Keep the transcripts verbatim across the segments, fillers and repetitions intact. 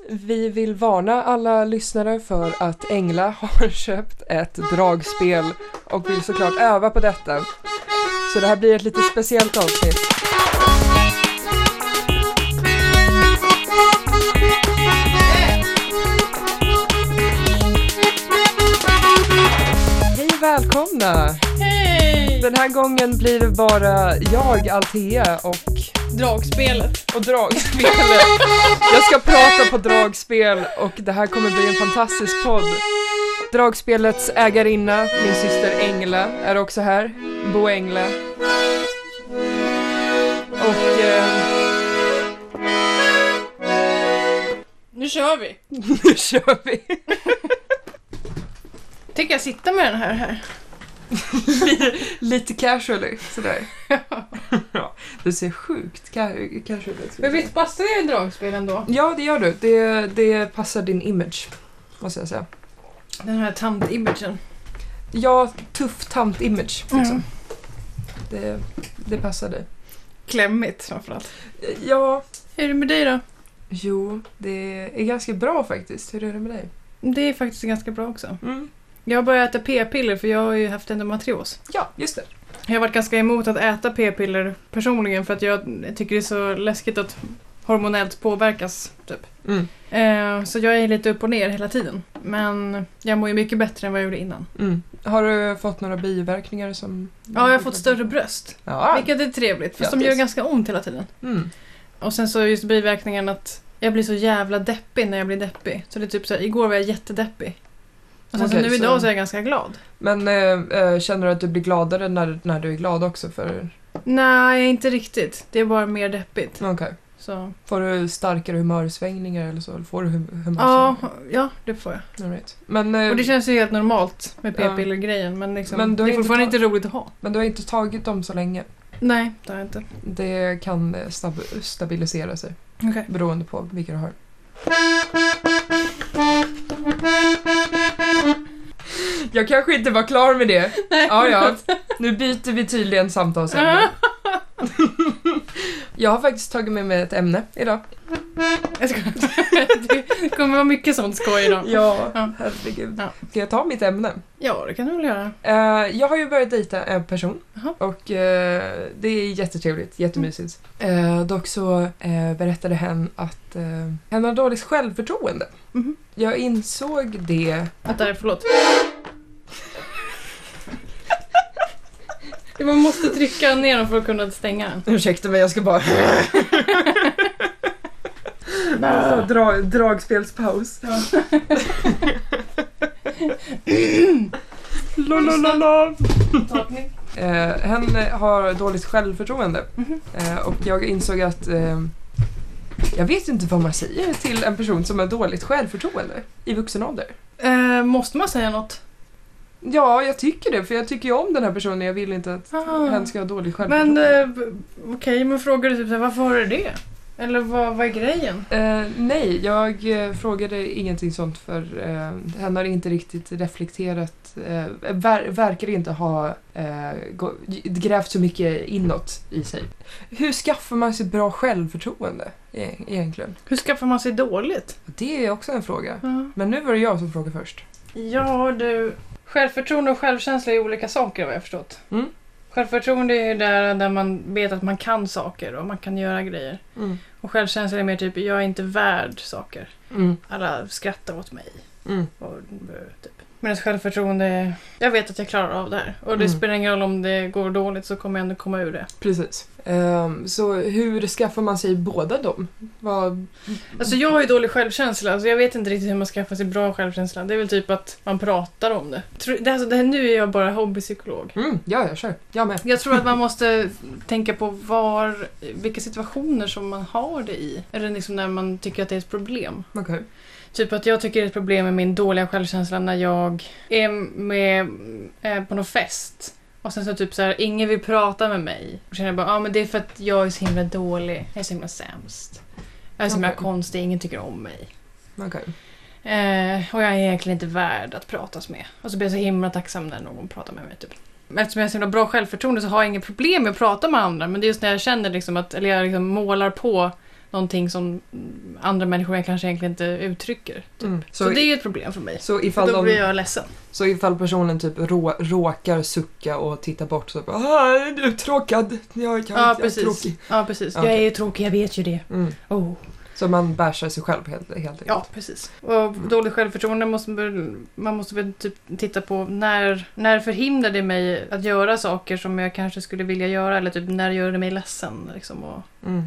Vi vill varna alla lyssnare för att Engla har köpt ett dragspel och vill såklart öva på detta. Så det här blir ett lite speciellt avsnitt. Hej, välkomna! Hej! Den här gången blir det bara jag, Althea och... Dragspelet. Och dragspelet. Jag ska prata på dragspel och det här kommer bli en fantastisk podd. Dragspelets ägarinna, min syster Engla, är också här. Bo Engla. Och... Eh... Nu kör vi. nu kör vi. Tänker jag sitta med den här här. Lite casually, sådär. Ja, det ser sjukt ca- casual ut. Men visst passar det i dragspelen då? Ja, det gör du. Det, det passar din image, måste jag säga. Den här tant-imagen. Ja, tuff tant-image, liksom. Mm. Det, det passar dig. Klämmigt framförallt. Ja. Hur är det med dig då? Jo, det är ganska bra faktiskt. Hur är det med dig? Det är faktiskt ganska bra också. Mm. Jag har börjat äta p-piller för jag har ju haft endometrios. Ja, just det. Jag har varit ganska emot att äta p-piller personligen för att jag tycker det är så läskigt att hormonellt påverkas typ. Mm. Eh, så jag är lite upp och ner hela tiden. Men jag mår ju mycket bättre än vad jag gjorde innan. Mm. Har du fått några biverkningar som... Ja, jag har fått större bröst. Ja. Vilket är trevligt, fast Ja, de gör visst. ganska ont hela tiden. Mm. Och sen så just biverkningen att jag blir så jävla deppig när jag blir deppig. Så det är typ så här, igår var jag jättedeppig. Och sen Okej, så nu så- idag så är jag ganska glad. Men äh, känner du att du blir gladare när, när du är glad också? För... Nej, inte riktigt. Det är bara mer deppigt. Okej. Okay. Så. Får du starkare humörsvängningar eller så? Eller får du hum- Ja, humörsvängningar? ja, det får jag. All right. Men, äh, Och det känns ju helt normalt med p-piller-grejen. Men, liksom, Men du har det är inte fortfarande ta- inte roligt att ha. men du har inte tagit dem så länge. Nej, det har jag inte. Det kan eh, stab- stabilisera sig. Okej. Beroende på vilka du har. Jag kanske inte var klar med det. Nej, Ja, ja. Nu byter vi tydligen samtalsämne. Jag har faktiskt tagit med mig ett ämne idag. Jag ska... Det kommer vara mycket sånt skoj idag. Ja, Ja. herregud. Ja. Ska jag ta mitt ämne? Ja, det kan du väl göra. Uh, jag har ju börjat dejta en person. Jaha. Och uh, det är jättetrevligt, jättemysigt. Uh, dock så uh, berättade hen att uh, hen har dåligt självförtroende. Mhm. Jag insåg det... Vänta, förlåt. Man måste trycka ner den för att kunna stänga den. Ursäkta mig, jag ska bara... alltså, dra, dragspelspaus. Ja. Lalalala. Eh, hen har dåligt självförtroende. Mhm. Eh, och jag insåg att eh, jag vet inte vad man säger till en person som har dåligt självförtroende i vuxen ålder. Eh, måste man säga något? Ja, jag tycker det, för jag tycker ju om den här personen. Jag vill inte att Ah. hen ska ha dåligt Men självförtroende. eh, okej, okay, men frågar du typ så här, varför har du det? Eller vad, vad är grejen? Eh, nej, jag eh, frågade ingenting sånt för eh, hen har inte riktigt reflekterat, eh, ver- verkar inte ha eh, gå- grävt så mycket inåt i sig. Hur skaffar man sig bra självförtroende e- egentligen? Hur skaffar man sig dåligt? Det är också en fråga. Ja, Men nu var det jag som frågade först. ja du. Självförtroende och självkänsla är olika saker vad jag förstått. Mm. Självförtroende är ju där, där man vet att man kan saker och man kan göra grejer. Mm. Och självkänsla är mer typ, jag är inte värd saker. Mm. Alla skrattar åt mig. Mm. Och, typ. Men ett självförtroende, jag vet att jag klarar av det här. Och det Mm. spelar ingen roll om det går dåligt så kommer jag ändå komma ur det. Precis. Ehm, så hur skaffar man sig båda dem? Vad... Alltså jag har ju dålig självkänsla, så jag vet inte riktigt hur man skaffar sig bra självkänsla. Det är väl typ att man pratar om det. Tror- det, alltså, det här, nu är jag bara hobbypsykolog. Mm, ja, jag kör. Jag med. Jag tror att man måste tänka på var, vilka situationer som man har det i. Eller liksom när man tycker att det är ett problem. Okej. Typ att jag tycker det är ett problem med min dåliga självkänsla när jag är med eh, på någon fest. Och sen så typ så här, ingen vill prata med mig. Och känner jag bara, ja ah, men det är för att jag är så himla dålig. Jag är så himla sämst. Jag är så himla Okej. konstig, ingen tycker om mig. Okej. Eh, och jag är egentligen inte värd att pratas med. Och så blir jag så himla tacksam när någon pratar med mig typ. Eftersom jag har så himla bra självförtroende så har jag inget problem med att prata med andra. Men det är just när jag känner liksom att, eller jag liksom målar på någonting som andra människor kanske egentligen inte uttrycker. Typ. Mm. Så, Så det är ett problem för mig. Så ifall, För då de, blir jag ledsen. så ifall personen typ rå, råkar sucka och titta bort så bara, ah, du är tråkad. Jag, jag, Ja, jag är precis. tråkig. Ja, precis. Okay. Jag är ju tråkig, jag vet ju det. Mm. Oh. Så man bärsar sig själv helt, helt enkelt. Ja, precis. Och dåligt självförtroende måste man måste väl typ titta på när, när förhindrar det mig att göra saker som jag kanske skulle vilja göra, eller typ när gör det mig ledsen liksom. Och... Mm.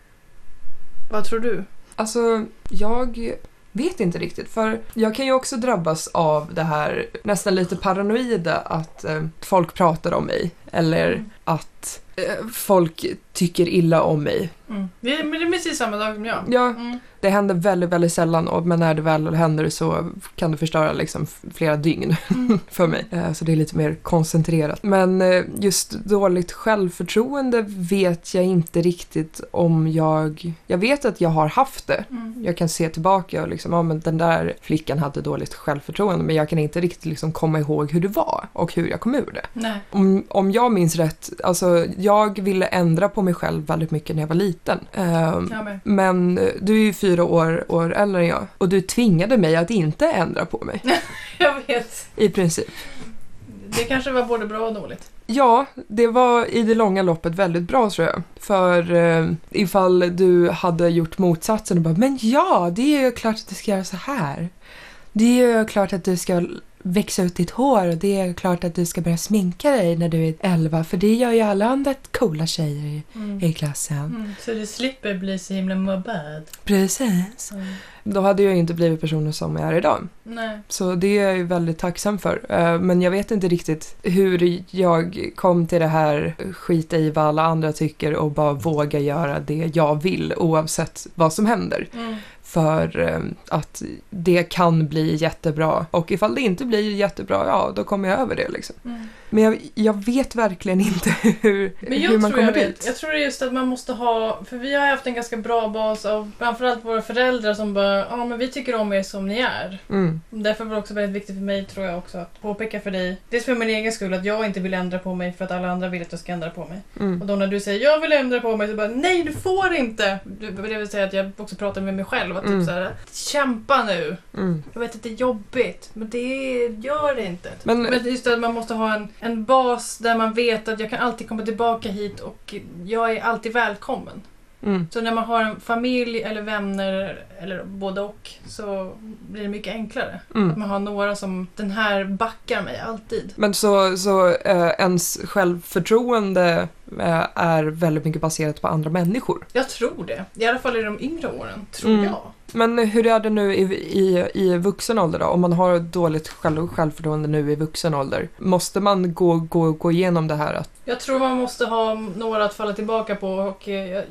Vad tror du? Alltså, jag vet inte riktigt. För jag kan ju också drabbas av det här nästan lite paranoida att eh, folk pratar om mig. Eller Mm. att eh, folk tycker illa om mig. Mm. Det, är, men det är precis samma dag som jag. Ja, Mm. det händer väldigt, väldigt sällan. Och, men när det väl händer så kan det förstöra liksom flera dygn Mm. för mig. Eh, så det är lite mer koncentrerat. Men eh, just dåligt självförtroende vet jag inte riktigt om jag... Jag vet att jag har haft det. Mm. Jag kan se tillbaka och liksom, ja men den där flickan hade dåligt självförtroende, men jag kan inte riktigt liksom komma ihåg hur det var och hur jag kom ur det. Nej. Om, om jag minns rätt, alltså jag ville ändra på mig själv väldigt mycket när jag var liten. Um, Jag med. men du är ju fyra år, år äldre än jag och du tvingade mig att inte ändra på mig. Jag vet. I princip. Det kanske var både bra och dåligt. Ja, det var i det långa loppet väldigt bra tror jag. För eh, ifall du hade gjort motsatsen och bara, men ja, det är ju klart att du ska göra så här. Det är ju klart att du ska växa ut ditt hår och det är klart att du ska börja sminka dig när du är elva. För det gör ju alla andra coola tjejer i, Mm. i klassen. Mm. Så du slipper bli så himla mobbad. Precis. Mm. Då hade jag ju inte blivit personen som jag är idag. Nej. Så det är jag ju väldigt tacksam för. Eh, Men jag vet inte riktigt hur jag kom till det här skita i vad alla andra tycker och bara våga göra det jag vill oavsett vad som händer. Mm. För eh, att det kan bli jättebra. Och ifall det inte blir jättebra, ja då kommer jag över det liksom. Mm. Men jag, jag vet verkligen inte hur, Men jag hur man tror jag kommer vet. dit. Jag tror det är just att man måste ha, för vi har haft en ganska bra bas av framförallt våra föräldrar som bara, ja men vi tycker om er som ni är. Mm. Därför var det också väldigt viktigt för mig tror jag också att påpeka för dig, dels för min egen skull att jag inte vill ändra på mig för att alla andra vill att jag ska ändra på mig. Mm. Och då när du säger jag vill ändra på mig så bara nej du får inte. Det vill säga att jag också pratar med mig själv att Mm. typ så här, kämpa nu. Mm. Jag vet att det är jobbigt men det gör det inte. Men- Men just det att man måste ha en, en bas där man vet att jag kan alltid komma tillbaka hit och jag är alltid välkommen. Mm. Så när man har en familj eller vänner eller både och så blir det mycket enklare. Mm. Att man har några som den här backar mig alltid. Men så, så eh, ens självförtroende eh, är väldigt mycket baserat på andra människor. Jag tror det. I alla fall i de yngre åren, tror Mm. jag. Men hur är det nu i, i, i vuxen ålder då? Om man har dåligt själv, självförtroende nu i vuxen ålder, måste man gå, gå, gå igenom det här? Att, Jag tror man måste ha några att falla tillbaka på och eh, jag,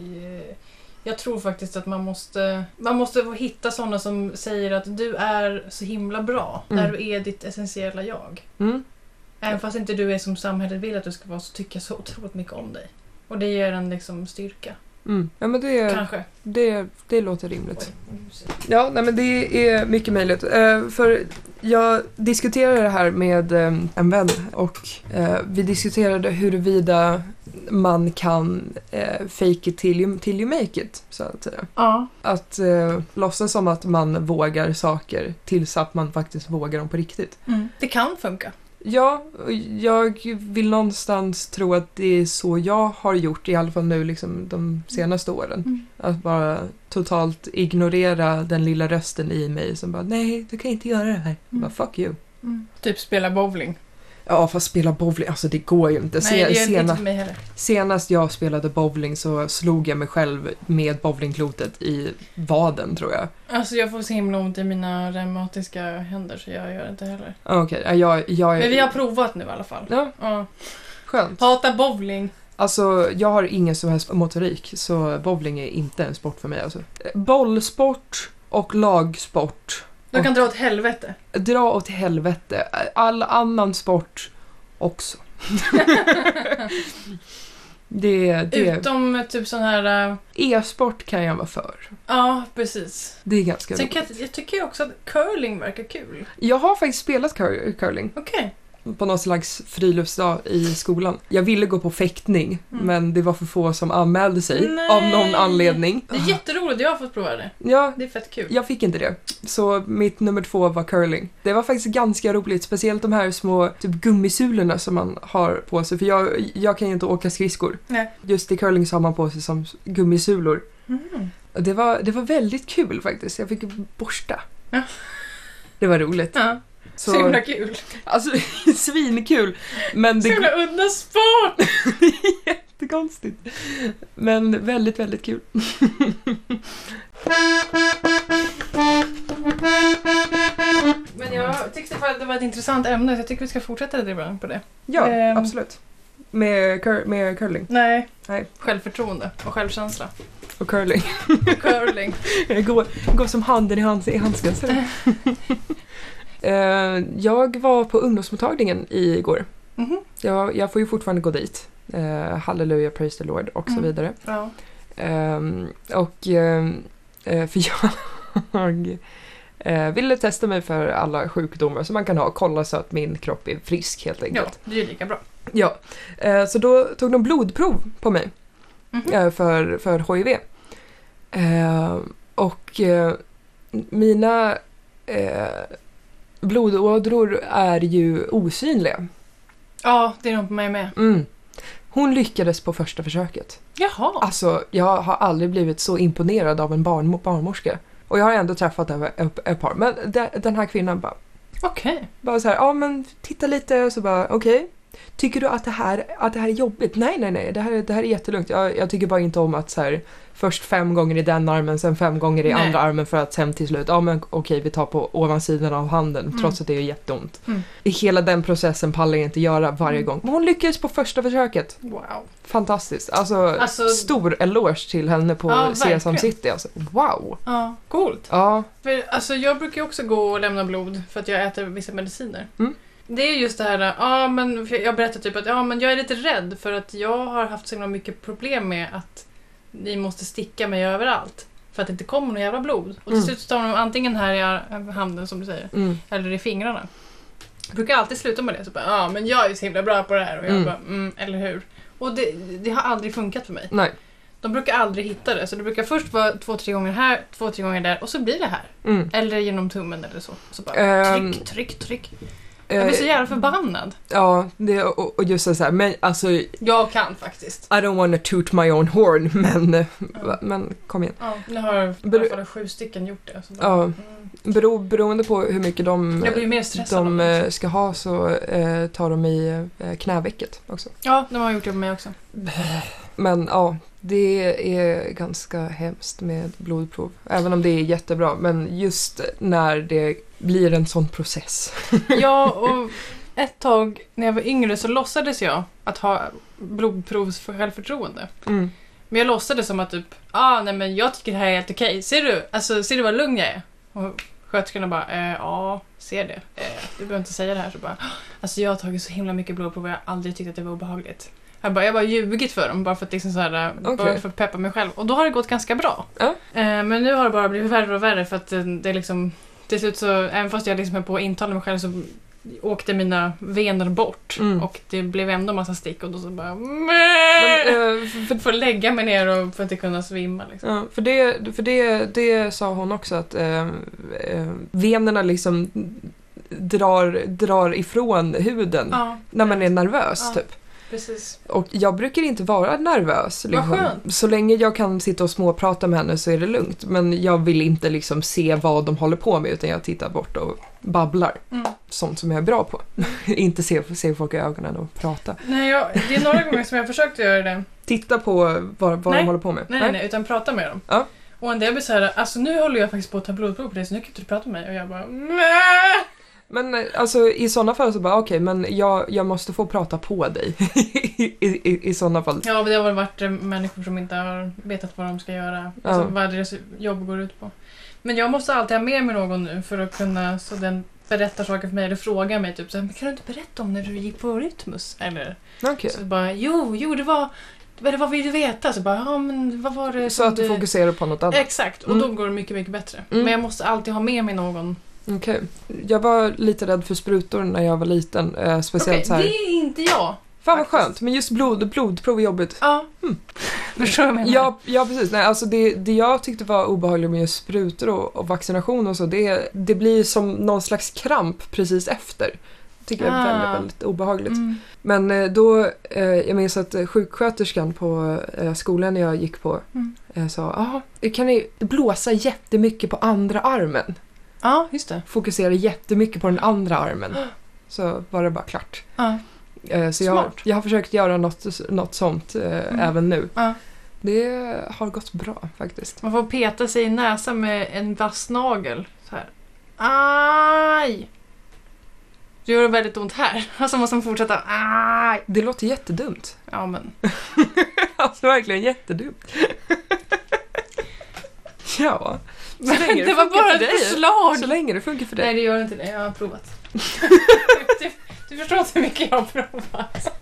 jag tror faktiskt att man måste man måste hitta sådana som säger att du är så himla bra Mm. när du är ditt essentiella jag. mm? Även fast inte du är som samhället vill att du ska vara så tycker jag så otroligt mycket om dig. Och det ger en liksom styrka. Mm. Ja, men det, Kanske. det, det låter rimligt. Oj. Ja, nej, men det är mycket möjligt. Eh, för jag diskuterade det här med eh, en vän och eh, vi diskuterade huruvida man kan eh, fake it till you, till you make it, så att säga. Ja. Att eh, låtsas som att man vågar saker tills att man faktiskt vågar dem på riktigt. Mm. Det kan funka. Ja, och jag vill någonstans tro att det är så jag har gjort, i alla fall nu liksom de senaste åren. Mm. Att bara totalt ignorera den lilla rösten i mig som bara, nej, du kan inte göra det här. Mm. Bara, fuck you. Mm. Typ spela bowling. Ja, fast spela bowling, alltså det går ju inte. Nej, det gör inte Sena, för mig heller. senast jag spelade bowling så slog jag mig själv med bowlingklotet i vaden, tror jag. Alltså jag får så himla ont i mina reumatiska händer så jag gör det inte heller. Okej, okay, jag, jag... Men vi har provat nu i alla fall. Ja, Ja. skönt. Hata bowling. Alltså, jag har ingen som helst motorik, så bowling är inte en sport för mig. Alltså. Bollsport och lagsport. Jag kan dra åt helvete. Dra åt helvete. All annan sport också. det, det. Utom typ sån här... Uh... E-sport kan jag vara för. Ja, precis. Det är ganska Sen roligt. kan jag, jag tycker också att curling verkar kul. Jag har faktiskt spelat cur- curling. Okej. på någon slags friluftsdag i skolan. Jag ville gå på fäktning, Mm. men det var för få som anmälde sig Nej. av någon anledning. Det är jätteroligt, jag har fått prova det. Ja, Det är fett kul. jag fick inte det. Så mitt nummer två var curling. Det var faktiskt ganska roligt, speciellt de här små typ gummisulorna som man har på sig. För jag, jag kan ju inte åka skridskor. Nej. Just i curling så har man på sig som gummisulor. Mm. Och det var, det var väldigt kul faktiskt. Jag fick borsta. Ja. Det var roligt. Ja, så Så, himla kul. alltså, svinkul. Men Så det himla udda sport! jättekonstigt. Men väldigt, väldigt kul. Men jag tyckte att det var ett intressant ämne, så jag tycker vi ska fortsätta driva på det. Ja, Ehm. absolut. Med, cur- med curling. Nej. Nej. Självförtroende och självkänsla. Och curling. Och curling. Det går, går som handen i, hands, i handsken. Så. Eh, jag var på ungdomsmottagningen igår. Mhm. Jag, jag får ju fortfarande gå dit. Uh, halleluja, praise the Lord och så Mm. vidare. Ja. Um, och um, uh, för jag uh, ville testa mig för alla sjukdomar som man kan ha. Kolla så att min kropp är frisk helt Ja, enkelt. det är ju lika bra. Ja. Uh, så då tog de blodprov på mig Mhm. uh, för, för H I V. Uh, och uh, mina uh, blodådror är ju osynliga. Ja, det är nog på mig med. Mm. Hon lyckades på första försöket. Jaha. Alltså, jag har aldrig blivit så imponerad av en barn, barnmorska. Och jag har ändå träffat ett, ett par. Men de, den här kvinnan bara, Okej. bara så här, ja men titta lite och så bara, okej. Okay. Tycker du att det, här, att det här är jobbigt? Nej, nej, nej. Det här, det här är jättelugnt. Jag, jag tycker bara inte om att så här, först fem gånger i den armen, sen fem gånger i Nej. andra armen för att sen till slut, ja men okej, vi tar på ovansidan av handen, Mm. trots att det är jätteont. Mm. I hela den processen pallar jag inte göra varje Mm. gång. Men hon lyckades på första försöket. Wow. Fantastiskt. Alltså, Alltså- stor eloge till henne på Ja, Sesam verkligen. City. Alltså. Wow! Ja, coolt. Ja, För, alltså, jag brukar ju också gå och lämna blod för att jag äter vissa mediciner. Mm. Det är just det här, ja men för jag berättar typ att ja, men jag är lite rädd för att jag har haft så himla mycket problem med att ni måste sticka mig överallt för att det inte kommer någon jävla blod. Och till Mm. slut tar de antingen här i ar- handen som du säger, mm. eller i fingrarna. Jag brukar alltid sluta med det, så bara, ja men jag är så himla bra på det här och jag Mm. bara, mm, eller hur? Och det, det har aldrig funkat för mig. Nej. De brukar aldrig hitta det, så det brukar först vara två, tre gånger här, två, tre gånger där och så blir det här. Mm. Eller genom tummen eller så. Så bara Ehm, tryck, tryck, tryck. Jag blir så Eh, jävla förbannad. ja, det, och, och just så här, men alltså, I Jag kan faktiskt. don't wanna toot my own horn, men, eh, va- men kom igen. Ja, nu har i Bero- alla fall sju stycken gjort det. Så bara, Ja. mm. Bero, beroende på hur mycket de, Jag blir ju mer stressad de av det. eh, ska ha så eh, tar de i eh, knävecket också. Ja, de har gjort det på mig också. Men ja, det är ganska hemskt med blodprov. Även om det är jättebra. Men just när det blir en sån process. Ja, och ett tag när jag var yngre så låtsades jag att ha blodprovs för självförtroende. Mm. Men jag låtsades som att typ, ah, nej men jag tycker det här är helt okej. Ser du? Alltså, ser du vad lugn jag är? Och sköterskorna bara, eh, ja, ser det. Eh, du behöver inte säga det här. Så bara, alltså jag har tagit så himla mycket blodprov och jag har aldrig tyckt att det var obehagligt. Jag bara, jag har bara ljugit för dem bara för att, liksom så här, Okay. bara för att peppa mig själv. Och då har det gått ganska bra. Ja. Eh, men nu har det bara blivit värre och värre för att eh, det är liksom, till slut så, även fast jag liksom är på att intala mig själv så åkte mina vener bort. Mm. Och det blev ändå massa stick och då så bara, Men, eh, för, för att lägga mig ner och för att inte kunna svimma liksom. Ja, för det, för det, det sa hon också att eh, eh, venerna liksom drar, drar ifrån huden Ja, när man är nervös Ja. typ. precis. Och jag brukar inte vara nervös. Liksom. Vad skönt. Så länge jag kan sitta och småprata med henne så är det lugnt. Men jag vill inte liksom se vad de håller på med utan jag tittar bort och babblar. Mm. Sånt som jag är bra på. inte se, se folk i ögonen och prata. Nej, jag, det är några gånger som jag har försökt göra det. Titta på vad, vad Nej. de håller på med. Nej, nej, nej, utan prata med dem. Ja. Och en del blir så här, alltså nu håller jag faktiskt på att ta blodprov på det så nu kan inte du prata med mig. Och jag bara, nej. Men eh, alltså i sådana fall så bara okej, men jag, jag måste få prata på dig. I, i, I sådana fall. Ja, men det har väl varit eh, människor som inte har vetat vad de ska göra. Ja. Alltså vad deras jobb går ut på. Men jag måste alltid ha med mig någon nu för att kunna, så den berättar saker för mig eller frågar mig typ så här, men kan du inte berätta om när du gick på Rytmus? Eller Okej. så bara, jo, jo det var, det vad vill du veta? Så bara, ja men vad var det Så som att du fokuserar på något annat. Exakt, och Mm. då går det mycket, mycket bättre. Mm. Men jag måste alltid ha med mig någon Okej. Okay. Jag var lite rädd för sprutor när jag var liten. Eh, speciellt okay, så här. Det är inte jag. Fan vad skönt, men just blod, blodprov är jobbigt. Ja, hmm. förstår jag menar. Ja, ja precis. Nej, alltså det, det jag tyckte var obehagligt med just sprutor och, och vaccination och så, det, det blir som någon slags kramp precis efter. Det tycker jag är väldigt, väldigt obehagligt. Mm. Men eh, då, eh, jag minns att sjuksköterskan på eh, skolan jag gick på mm. eh, sa, jaha, kan ni blåsa jättemycket på andra armen? Ja, just det. Fokusera jättemycket på den andra armen. Så var det bara klart. Ja. Så jag, jag har försökt göra något, något sånt eh, mm. även nu. Ja. Det har gått bra faktiskt. Man får peta sig i näsan med en vass nagel. Så här. Aj! Det gör det väldigt ont här. Alltså måste man fortsätta. Aj! Det låter jättedumt. Ja, men. Alltså verkligen jättedumt. Ja. Så länge det, det var bara ett förslag. Så länge det funkar för dig. Nej, det gör inte det. Jag har provat. du, du förstår inte hur mycket jag har provat.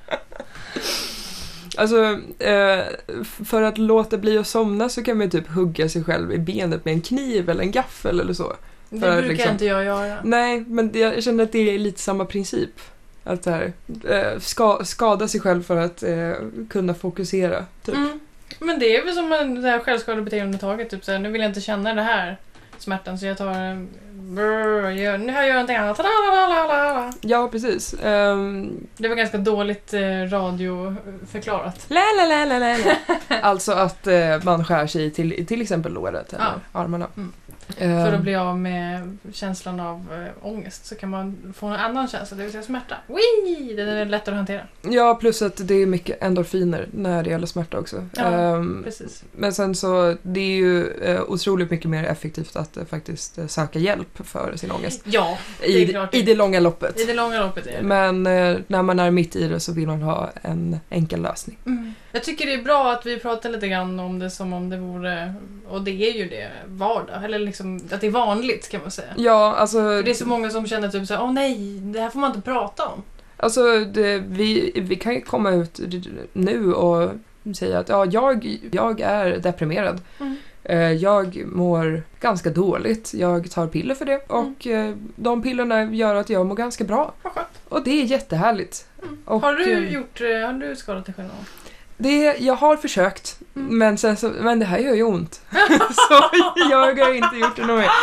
Alltså, eh, för att låta bli att somna så kan man typ hugga sig själv i benet med en kniv eller en gaffel eller så. Det för brukar att, liksom, inte jag göra. Nej, men det, jag känner att det är lite samma princip. Att här, eh, ska, skada sig själv för att eh, kunna fokusera. Typ. Mm. Men det är väl som en det här självskadebeteendetaget. Typ, så här, nu vill jag inte känna det här smärtan så jag tar... Brr, gör, nu har jag någonting annat. Ja, precis. Um, det var ganska dåligt eh, radioförklarat. La, la, la, la, la. Alltså att eh, man skär sig till, till exempel låret eller ja. armarna. Mm. Um, För att bli av med känslan av äh, ångest så kan man få en annan känsla, det vill säga smärta. Wee! Det är lättare att hantera. Ja, plus att det är mycket endorfiner när det gäller smärta också. Ja, um, precis. Men sen så, det är ju uh, otroligt mycket mer effektivt att uh, faktiskt uh, söka hjälp för sin ångest. Ja, det är I, klart. I det långa loppet. I det långa loppet är det. Men uh, när man är mitt i det så vill man ha en enkel lösning. Mm. Jag tycker det är bra att vi pratar lite grann om det som om det vore, och det är ju det, vardag. Eller liksom, att det är vanligt kan man säga. Ja, alltså... För det är så många som känner typ såhär, åh nej, det här får man inte prata om. Alltså, det, vi, vi kan ju komma ut nu och säga att ja, jag, jag är deprimerad. Mm. Jag mår ganska dåligt. Jag tar piller för det. Och mm. de pillerna gör att jag mår ganska bra. Vad skönt. Och det är jättehärligt. Mm. Och, har du gjort, har du skadat dig själv någon? Det, jag har försökt, mm. men, sen så, men det här gör ju ont. Så jag har inte gjort det något mer.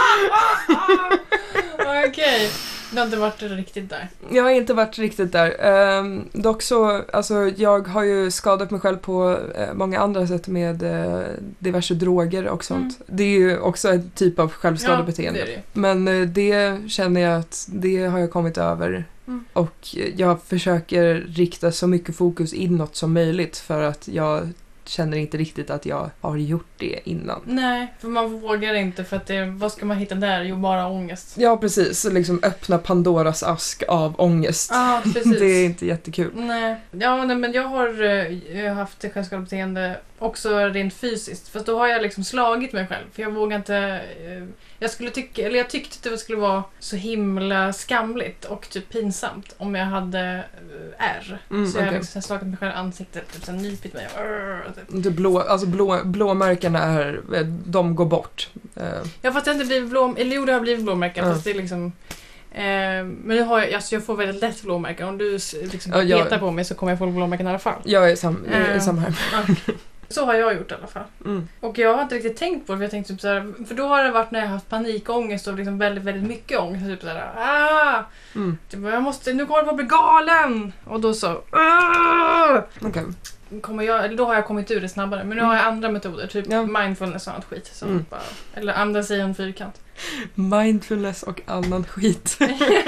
Okej, okay. Du har inte varit riktigt där. Jag har inte varit riktigt där. Um, dock så, alltså jag har ju skadat mig själv på uh, många andra sätt med uh, diverse droger och sånt. Mm. Det är ju också en typ av självskadebeteende. Ja, det är det. Men uh, det känner jag att det har jag kommit över. Mm. Och jag försöker rikta så mycket fokus inåt som möjligt för att jag känner inte riktigt att jag har gjort det innan. Nej, för man vågar inte för att det, vad ska man hitta där? Jo, bara ångest. Ja, precis. Liksom öppna Pandoras ask av ångest. Ja, precis. Det är inte jättekul. Nej, ja, nej, men jag har uh, haft självskadebeteende också rent fysiskt. För då har jag liksom slagit mig själv. För jag vågar inte... Uh, jag skulle tycka, eller jag tyckte att det skulle vara så himla skamligt och typ pinsamt om jag hade uh, R. Mm, så jag har okay. liksom slagit mig själv i ansiktet, typ så nypit mig. Uh, typ. Det blå, alltså blå, blåmärkena är, de går bort. Uh. Ja, fast jag har inte blivit blå, eller jo, det har blivit blåmärken, uh. fast det är liksom... Eh, men nu har jag, alltså jag får väldigt lätt blåmärken. Om du liksom ja, jag, petar på mig så kommer jag få blåmärken i alla fall. Jag är sam, jag är eh, sam här. Ja. Så har jag gjort i alla fall. Mm. Och jag har inte riktigt tänkt på det. För, jag tänkte typ så här, för då har det varit när jag har haft panikångest och liksom väldigt, väldigt mycket ångest. Typ så här, ah! Mm. Typ, jag måste, nu kommer jag att bli galen! Och då så... Ah! Okay. Kommer jag, då har jag kommit ur det snabbare. Men nu har jag andra metoder. Typ ja. mindfulness och annat skit. Så mm. bara, eller andas i en fyrkant. Mindfulness och annan skit.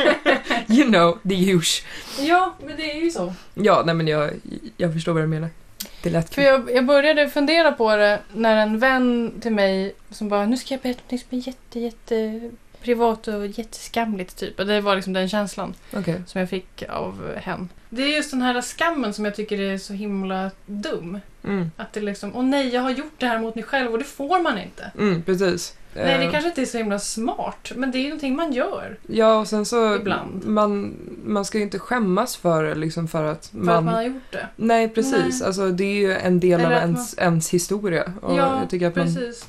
You know, the use. Ja, men det är ju så. Ja, nej men jag, jag förstår vad du menar. Det är lätt. För jag, jag började fundera på det när en vän till mig som bara, nu ska jag berätta något som är jätte, jätte privat och jätteskamligt typ. Och det var liksom den känslan okay. som jag fick av hen. Det är just den här skammen som jag tycker är så himla dum. Mm. Att det liksom, åh nej, jag har gjort det här mot mig själv och det får man inte. Mm, precis. Nej, det kanske inte är så himla smart, men det är ju någonting man gör. Ja, och sen så ibland. Man, man ska ju inte skämmas för det liksom för att för man... att man har gjort det. Nej, precis. Nej. Alltså, det är ju en del Eller av ens, man... ens historia. Och ja, jag tycker att precis.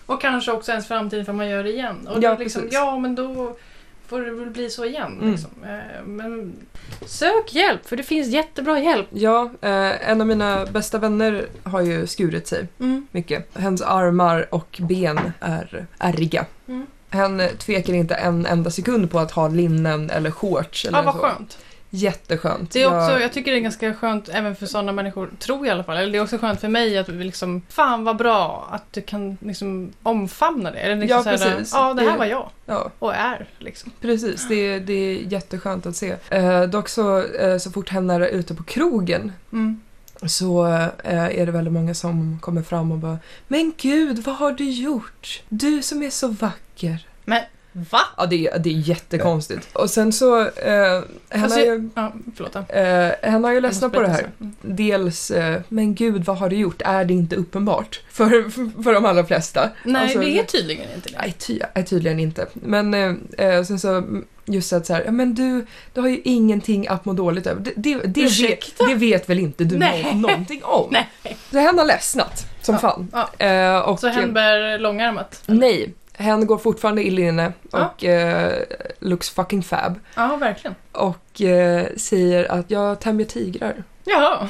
Och kanske också ens framtid för man gör det igen. Och Ja, då liksom, precis. ja, men då får det väl bli så igen. Mm. Liksom. Eh, Men sök hjälp, för det finns jättebra hjälp. Ja, eh, en av mina bästa vänner har ju skurit sig Mm. mycket. Hennes armar och ben är ärriga. Mm. Hen tvekar inte en enda sekund på att ha linnen eller shorts. Eller Ja, vad så. skönt. Jätteskönt. Det är också, Jag- jag tycker det är ganska skönt även för sådana människor, tror jag i alla fall. Eller det är också skönt för mig att vi liksom, fan vad bra att du kan liksom omfamna det. Eller liksom Ja, så här, precis. ja, det här Det- var jag Ja, och är liksom. precis. Det, är- det är jätteskönt att se. Eh, dock så, eh, så fort hen är ute på krogen Mm. så eh, är det väldigt många som kommer fram och bara Men gud, vad har du gjort? Du som är så vacker. Va? Ja, det är, det är jättekonstigt. Och sen så, eh, hen, Alltså, har ju, Ja, förlåt. då. eh, hen har ju Jag ledsnat måste på det berätta här. så. Mm. Dels, eh, men gud, vad har du gjort? Är det inte uppenbart? För, för, för de allra flesta. Nej, Alltså, det är tydligen inte det. Nej, ty, nej, tydligen inte. Men eh, eh, sen så, just att så här, ja, men du, du har ju ingenting att må dåligt över. Det, det, det, vet, Ursäkta? det vet väl inte du Nej. nå, någonting om? Nej. Så hen har ledsnat, som Ja, fan. ja. Eh, och, Så hen bär långärmat? Nej, hen går fortfarande i linne Ja. och eh, looks fucking fab. Ja, verkligen. Och eh, säger att jag tämjer tigrar. Jaha.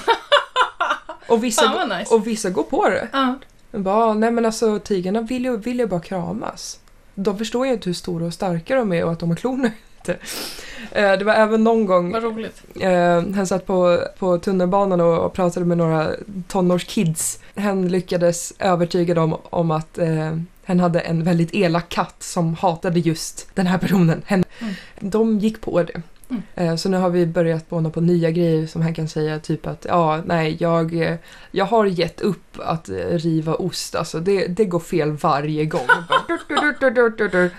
Och vissa, Fan vad nice. och vissa går på det. Ja. Men bara, nej men alltså tigrarna vill ju, vill ju bara kramas. De förstår ju inte hur stora och starka de är och att de har klorna ute. Eh, det var även någon gång Vad roligt. eh, han satt på, på tunnelbanan och, och pratade med några tonårskids. Han lyckades övertyga dem om att eh, han hade en väldigt elak katt som hatade just den här personen. Hen. Mm. De gick på det. Mm. Eh, så nu har vi börjat på, på nya grejer som han kan säga typ att ja, nej, jag, eh, jag har gett upp att eh, riva ost. Alltså det, det går fel varje gång. Bara, dur, dur, dur, dur, dur, dur.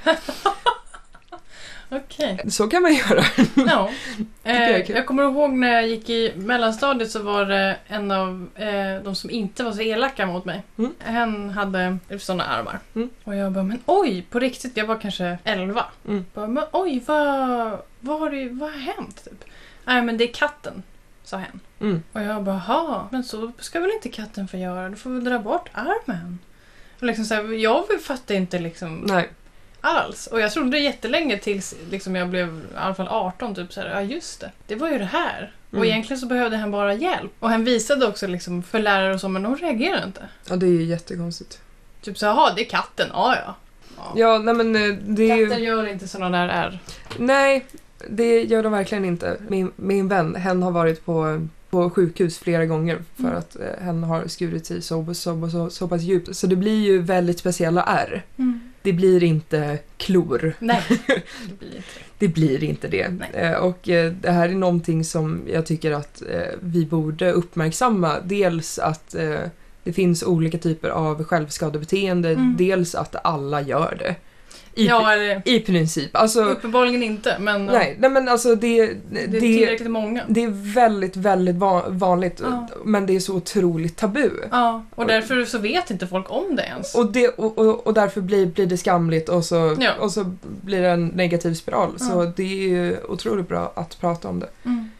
Okej. Så kan man göra. Ja. jag är Eh, kul. jag kommer ihåg när jag gick i mellanstadiet så var det en av eh, de som inte var så elaka mot mig. Mm. Hen hade sådana armar. Mm. Och jag bara, men oj, på riktigt, jag var kanske elva. Mm. Bara, men oj, vad, vad, har, det, vad har hänt? Typ? Nej, men det är katten, sa hen. Mm. Och jag bara, ha, men så ska väl inte katten få göra? Du får väl dra bort armen. Och liksom så här, jag fattar inte liksom Nej. alls. Och jag trodde jättelänge tills liksom jag blev i alla fall arton, typ så här, ja just det, det var ju det här. Mm. Och egentligen så behövde han bara hjälp. Och han visade också liksom för lärare och så, men de reagerar inte. Ja, det är ju jättekonstigt. Typ så, jaha, det är katten, ja ja. ja. Ja, nej men eh, det är Katter ju... gör inte sådana där är. Nej, det gör de verkligen inte. Min, min vän, hen har varit på, på sjukhus flera gånger för Mm. att eh, hen har skurit sig så, så, så, så pass djupt. Så det blir ju väldigt speciella ärr. Mm. Det blir inte klor. Nej, det blir inte det. Det blir inte det. Nej. Eh, och eh, det här är någonting som jag tycker att eh, vi borde uppmärksamma. Dels att eh, det finns olika typer av självskadebeteende. Mm. Dels att alla gör det. I, Ja, eller i princip. Alltså, uppenbarligen inte, men nej, nej, men alltså det, det det, är det, tillräckligt många. det är väldigt, väldigt va- vanligt. Ja. Men det är så otroligt tabu. Ja, och därför så vet inte folk om det ens. Och, det, och, och, och därför blir, blir det skamligt och så, Ja. och så blir det en negativ spiral. Ja. Så det är ju otroligt bra att prata om det. Mm.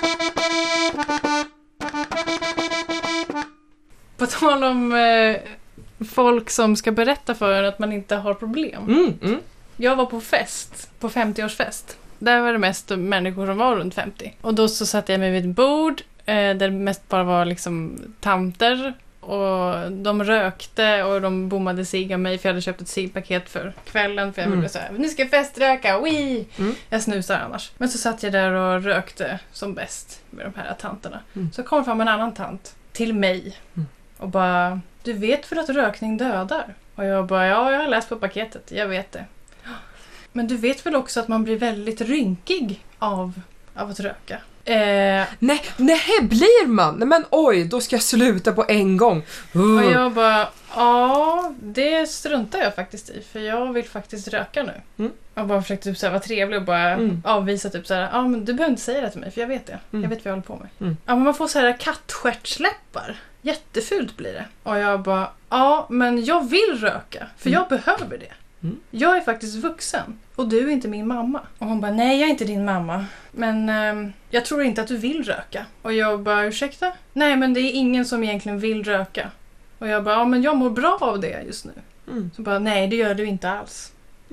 På tal om eh, folk som ska berätta för en att man inte har problem. Mm, mm. Jag var på fest, på femtioårsfest. Där var det mest människor som var runt femtio. Och då så satte jag mig vid ett bord eh, där det mest bara var liksom tanter. Och de rökte och de bommade cigg av mig för jag hade köpt ett ciggpaket för kvällen. För jag ville Mm. säga, nu ska jag feströka, wii! Mm. Jag snusar annars. Men så satt jag där och rökte som bäst med de här tanterna. Mm. Så kom fram en annan tant till mig Mm. och bara, du vet väl att rökning dödar? Och jag bara, ja, jag har läst på paketet, jag vet det. Men du vet väl också att man blir väldigt rynkig av, av att röka? Eh, Nej, nej, blir man? Nej, men oj, då ska jag sluta på en gång. Uh. och jag bara, ja, det struntar jag faktiskt i. För jag vill faktiskt röka nu. Mm. Och bara försökte typ, så här, vara trevlig och bara Mm. avvisa typ så här, ja men du behöver inte säga det till mig för jag vet det. Mm. Jag vet vad jag håller på med. Mm. Ja, men man får så här kattstjärtsläppar. Jättefult blir det. Och jag bara, ja men jag vill röka. För Mm. jag behöver det. Mm. Jag är faktiskt vuxen. Och du är inte min mamma. Och hon bara, nej jag är inte din mamma. Men ehm, jag tror inte att du vill röka. Och jag bara, ursäkta? Nej men det är ingen som egentligen vill röka. Och jag bara, ja men jag mår bra av det just nu. Mm. Så bara, nej det gör du inte alls.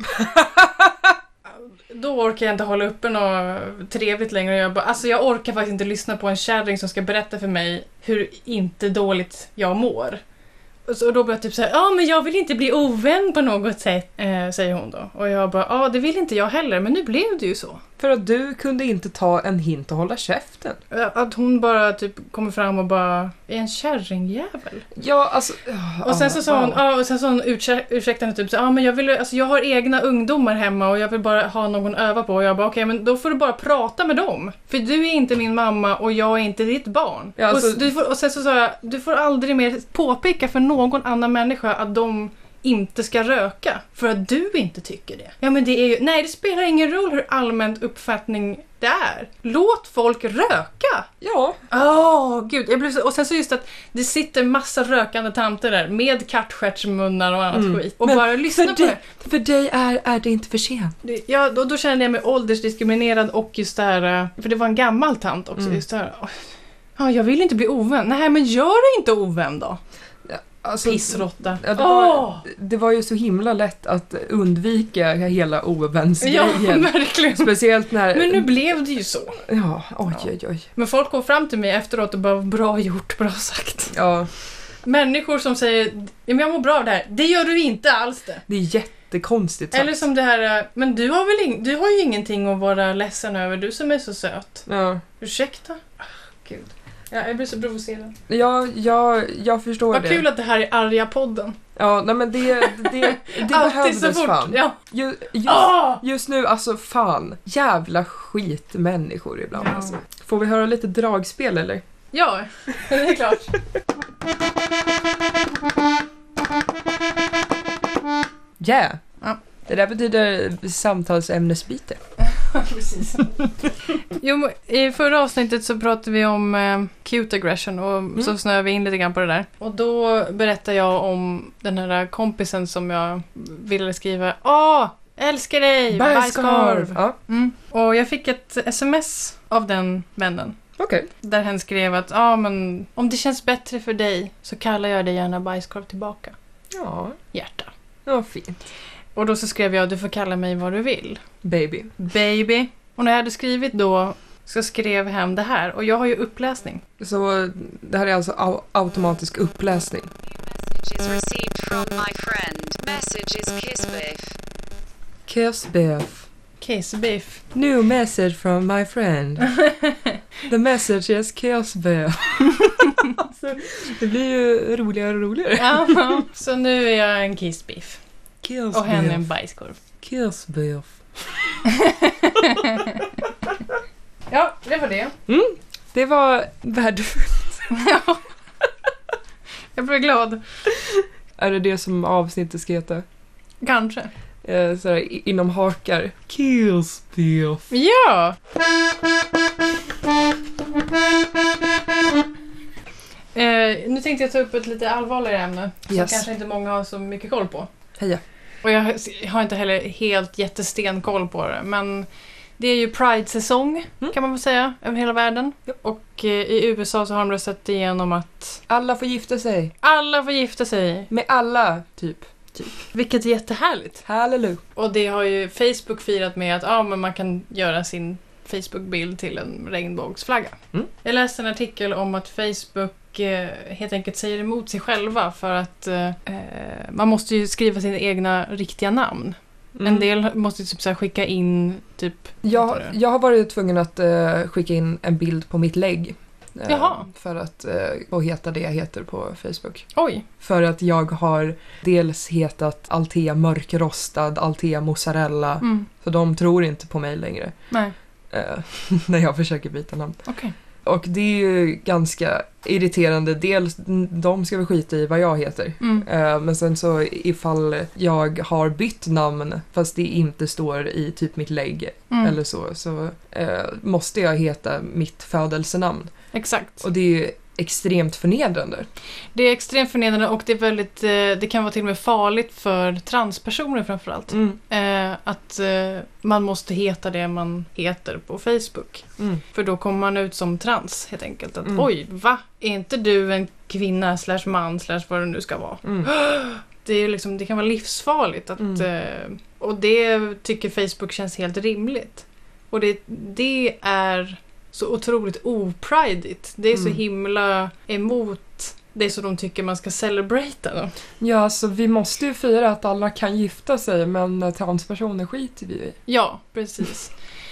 Då orkar jag inte hålla uppe något trevligt längre. Och jag bara, alltså jag orkar faktiskt inte lyssna på en kärring som ska berätta för mig hur inte dåligt jag mår. Och, så, och då blir jag typ såhär, ja men jag vill inte bli ovän på något sätt, eh, säger hon då. Och jag bara, ja det vill inte jag heller, men nu blev det ju så. För att du kunde inte ta en hint och hålla käften. Att hon bara typ kommer fram och bara, är en kärringjävel. Ja, alltså... Och sen så sa hon, ja, och sen så hon ursäktande typ så, ja men jag vill, alltså jag har egna ungdomar hemma och jag vill bara ha någon öva på. Och jag bara, okej okay, men då får du bara prata med dem. För du är inte min mamma och jag är inte ditt barn. Ja, alltså... och, du får, och sen så sa jag, du får aldrig mer påpeka för någon annan människa att de inte ska röka. För att du inte tycker det. Ja men det är ju, nej det spelar ingen roll hur allmänt uppfattning det är. Låt folk röka. Ja. Åh, oh, gud. Jag blev så, och sen så just att det sitter massa rökande tanter där med kattstjärtsmunnar och annat mm. skit. Och men bara lyssna på dig, det. För dig är, är det inte för sent. Det, ja, då, då kände jag mig åldersdiskriminerad och just där, för det var en gammal tant också. Mm. Just där. Ja, jag vill inte bli ovän. Nej, men gör inte ovän då. Alltså, pissrotta. Ja, det, var, oh! det var ju så himla lätt att undvika hela ovänsgrejen. Ja, verkligen. Speciellt när... Men nu blev det ju så. Ja, oj, ja. oj, oj. Men folk kom fram till mig efteråt och bara, bra gjort, bra sagt. Ja. Människor som säger, jag mår bra av det här. Det gör du inte alls det. Det är jättekonstigt sagt. Eller som det här, men du har väl ing- du har ju ingenting att vara ledsen över. Du som är så söt. Ja. Ursäkta? Oh, gud. Ja, jag blir så provocerad. Ja, ja, jag förstår Vad det. Vad kul att det här är arga podden. Ja, nej men det, det, det behövdes så fort. Fan. Ja. Just, just, oh! just nu, alltså fan. Jävla skit människor ibland. Ja. Alltså. Får vi höra lite dragspel eller? Ja, det är klart. Yeah. Ja. Det där betyder samtalsämnesbyte. Precis. Jo, i förra avsnittet så pratade vi om eh, cute aggression och mm. så snöade vi in lite grann på det där. Och då berättade jag om den här kompisen som jag ville skriva, åh, älskar dig, bajskorv. Ja. Mm. Och jag fick ett sms av den vännen. Okej. Okay. Där hen skrev att, ja ah, men om det känns bättre för dig så kallar jag dig gärna bajskorv tillbaka. Ja. Hjärta. Ja, fint. Och då så skrev jag, du får kalla mig vad du vill. Baby. Baby. Och när jag hade skrivit då så skrev hem det här. Och jag har ju uppläsning. Så det här är alltså au- automatisk uppläsning. Message is received from my friend. Message is kissbiff. Kissbiff. Kissbiff. New message from my friend. The message is kissbiff. Alltså, det blir ju roligare och roligare. Ja, så nu är jag en kissbiff. Kissbiff. Och henne en bajskorv. Kissbiff. Ja, det var det. Mm, det var värdefullt. Ja. Jag blev glad. Är det det som avsnittet ska heta? Kanske. Eh, sådär, inom hakar. Kissbiff. Ja! Eh, nu tänkte jag ta upp ett lite allvarligare ämne. Som yes. kanske inte många har så mycket koll på. Heja. Och jag har inte heller helt jättesten koll på det. Men det är ju Pride-säsong mm. kan man väl säga. Över hela världen. Yep. Och eh, i U S A så har de röstat igenom att alla får gifta sig. Alla får gifta sig. Med alla, typ. typ. Vilket är jättehärligt. Halleluja. Och det har ju Facebook firat med att ja, men man kan göra sin Facebook-bild till en regnbågsflagga. Mm. Jag läste en artikel om att Facebook eh, helt enkelt säger emot sig själva för att eh, man måste ju skriva sina egna riktiga namn. Mm. En del måste typ så här skicka in typ... Jag, jag har varit tvungen att eh, skicka in en bild på mitt lägg. Eh, Jaha. För att eh, få heta det jag heter på Facebook. Oj. För att jag har dels hetat Altea mörkrostad, Altea mozzarella. Mm. Så de tror inte på mig längre. Nej. Eh, när jag försöker byta namn. Okej. Okay. Och det är ju ganska irriterande. Dels, de ska väl skita i vad jag heter. Mm. Uh, men sen så ifall jag har bytt namn fast det inte står i typ mitt lägg mm. eller så, så uh, måste jag heta mitt födelsenamn. Exakt. Och det är ju extremt förnedrande. Det är extremt förnedrande och det är väldigt, det kan vara till och med farligt för transpersoner framförallt. Mm. Eh, att eh, man måste heta det man heter på Facebook. Mm. För då kommer man ut som trans helt enkelt. Att, mm. Oj, va? Är inte du en kvinna slash man slash vad det nu ska vara? Mm. det, är liksom, det kan vara livsfarligt. Att, Mm. eh, och det tycker Facebook känns helt rimligt. Och det, det är så otroligt opridigt. Det är så Mm. himla emot det som de tycker man ska celebrata då. Ja, så vi måste ju fira att alla kan gifta sig, men transpersoner skiter vi i. Ja, precis.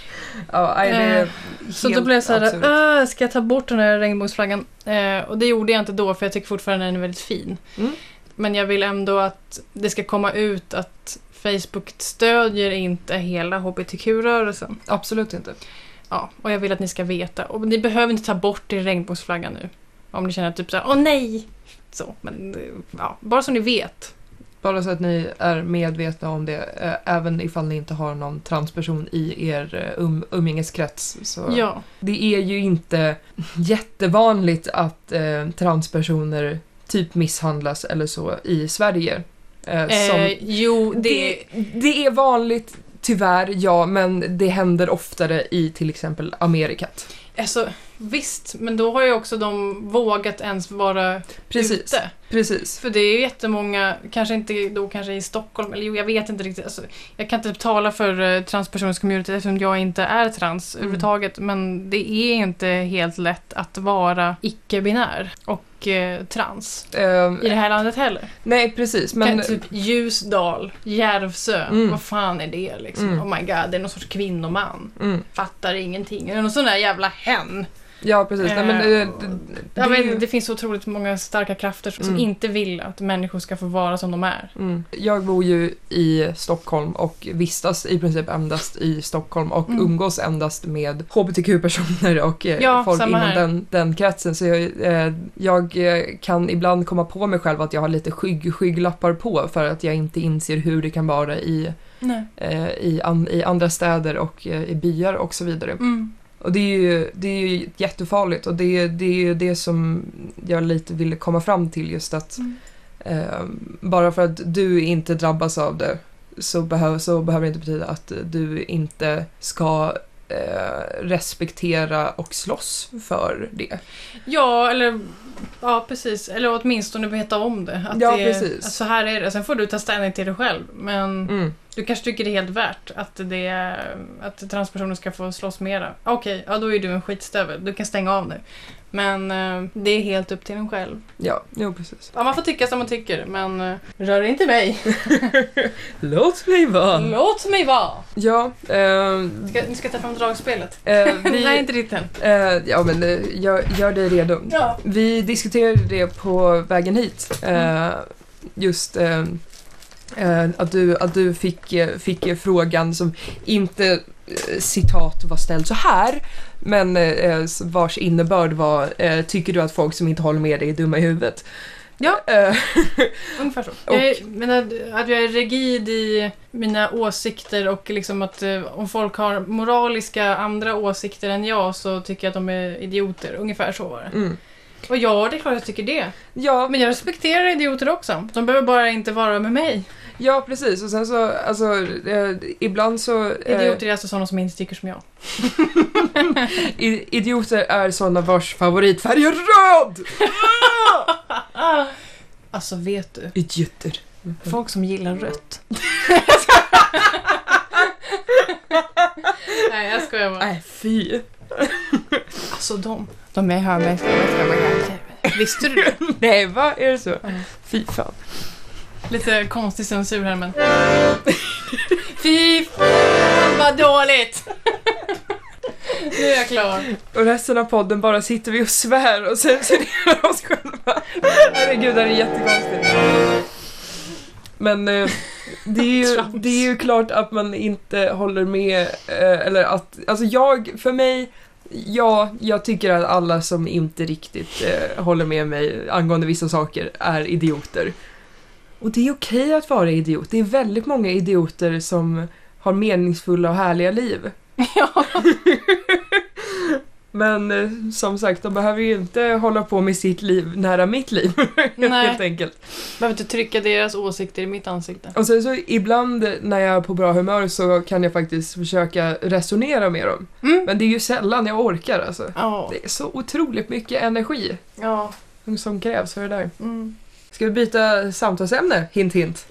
Ja, nej, det är Eh, Så då blev jag såhär, äh, ska jag ta bort den här regnbågsflaggan? Eh, och det gjorde jag inte då, för jag tycker fortfarande den är väldigt fin. Mm. Men jag vill ändå att det ska komma ut att Facebook stödjer inte hela H B T Q-rörelsen. Absolut inte. Ja, och jag vill att ni ska veta. Och ni behöver inte ta bort er regnbågsflagga nu. Om ni känner typ såhär, åh nej! Så, men ja, bara så ni vet. Bara så att ni är medvetna om det, eh, även ifall ni inte har någon transperson i er eh, um, umgängeskrets. Så Ja. det är ju inte jättevanligt att eh, transpersoner typ misshandlas eller så i Sverige. Eh, som, Eh, jo, det... det, det är vanligt, tyvärr, ja, men det händer oftare i till exempel Amerikat. Alltså, visst, men då har ju också de vågat ens vara Precis, ute. precis. För det är ju jättemånga, kanske inte då kanske i Stockholm, eller jo, jag vet inte riktigt. Alltså, jag kan inte tala för uh, transpersoners community eftersom jag inte är trans Mm. överhuvudtaget. Men det är inte helt lätt att vara icke-binär och uh, trans Ehm, i det här landet heller. nej, precis. Men, Men, typ Ljusdal, Järvsö, Mm. vad fan är det liksom? Mm. Oh my god, det är någon sorts kvinnoman. mm, Fattar ingenting. Är det någon sån där jävla hen? ja, precis. Nej, men, Eh, eh, det, Ja, det är men ju- det finns så otroligt många starka krafter som Mm. inte vill att människor ska få vara som de är. Mm. Jag bor ju i Stockholm och vistas i princip endast i Stockholm och Mm. umgås endast med H B T Q-personer och eh, Ja, folk samma inom här. den, den kretsen. Så jag, eh, jag eh, kan ibland komma på mig själv att jag har lite skygg, skygglappar på för att jag inte inser hur det kan vara i, Nej. eh, i, an, i andra städer och eh, i byar och så vidare. Mm. Och det är ju, det är ju jättefarligt och det, det är ju det som jag lite ville komma fram till, just att Mm. eh, bara för att du inte drabbas av det så, behöv, så behöver det inte betyda att du inte ska eh, respektera och slåss för det. Ja, eller ja, precis. Eller åtminstone veta om det. Att Ja, det, precis. Att så här är det. Sen får du ta ställning till det själv. Men Mm. du kanske tycker det är helt värt att, det är, att transpersoner ska få slåss mera. Okej, ja då är du en skitstövel. Du kan stänga av nu. Men eh, det är helt upp till en själv. Ja, jo precis. Ja, man får tycka som man tycker, men eh, rör inte mig. Låt mig vara! Låt mig vara! Ja, eh, Ska, ni ska ta fram dragspelet. eh, vi, Nej, inte ditt än. eh, ja men eh, gör, gör dig redo. Ja. Vi diskuterade det på vägen hit. Eh, just eh, eh, att du, att du fick, eh, fick frågan som inte eh, citat var ställd så här, men eh, vars innebörd var eh, tycker du att folk som inte håller med dig är dumma i huvudet? Ja. Eh, Ungefär så. Och- Jag är, men att, att jag är rigid i mina åsikter och liksom att eh, om folk har moraliska andra åsikter än jag så tycker jag att de är idioter. Ungefär så var det. mm. Och ja, det är klart jag tycker det. Ja, Men jag respekterar idioter också. De behöver bara inte vara med mig. ja, precis. Och sen så, alltså, eh, ibland så... eh, Idioter är alltså sådana som inte tycker som jag. i- idioter är sådana vars favoritfärg är röd! Alltså vet du, Idioter. folk som gillar rött. Nej, jag skojar bara. Nej, fy. Alltså de, de är här med. Visste du det? Nej, vad är det så? Mm. Fy fan. Lite konstig censur här, men... Fy fan vad dåligt! Nu är jag klar. Och resten av podden bara sitter vi och svär och censurerar oss själva. Herregud, det här är jättekonstigt. Men eh, det, är ju, Trams. det är ju klart att man inte håller med, eh, eller att, alltså jag, för mig, ja, jag tycker att alla som inte riktigt eh, håller med mig angående vissa saker är idioter. Och det är okej att vara idiot. Det är väldigt många idioter som har meningsfulla och härliga liv. Ja. Men eh, som sagt, de behöver ju inte hålla på med sitt liv nära mitt liv. Nej. Helt enkelt. Behöver inte trycka deras åsikter i mitt ansikte. Och sen så ibland när jag är på bra humör så kan jag faktiskt försöka resonera med dem. Mm. Men det är ju sällan jag orkar alltså. Ja. Det är så otroligt mycket energi Ja. som krävs för det där. Mm. Ska vi byta samtalsämne? Hint, hint.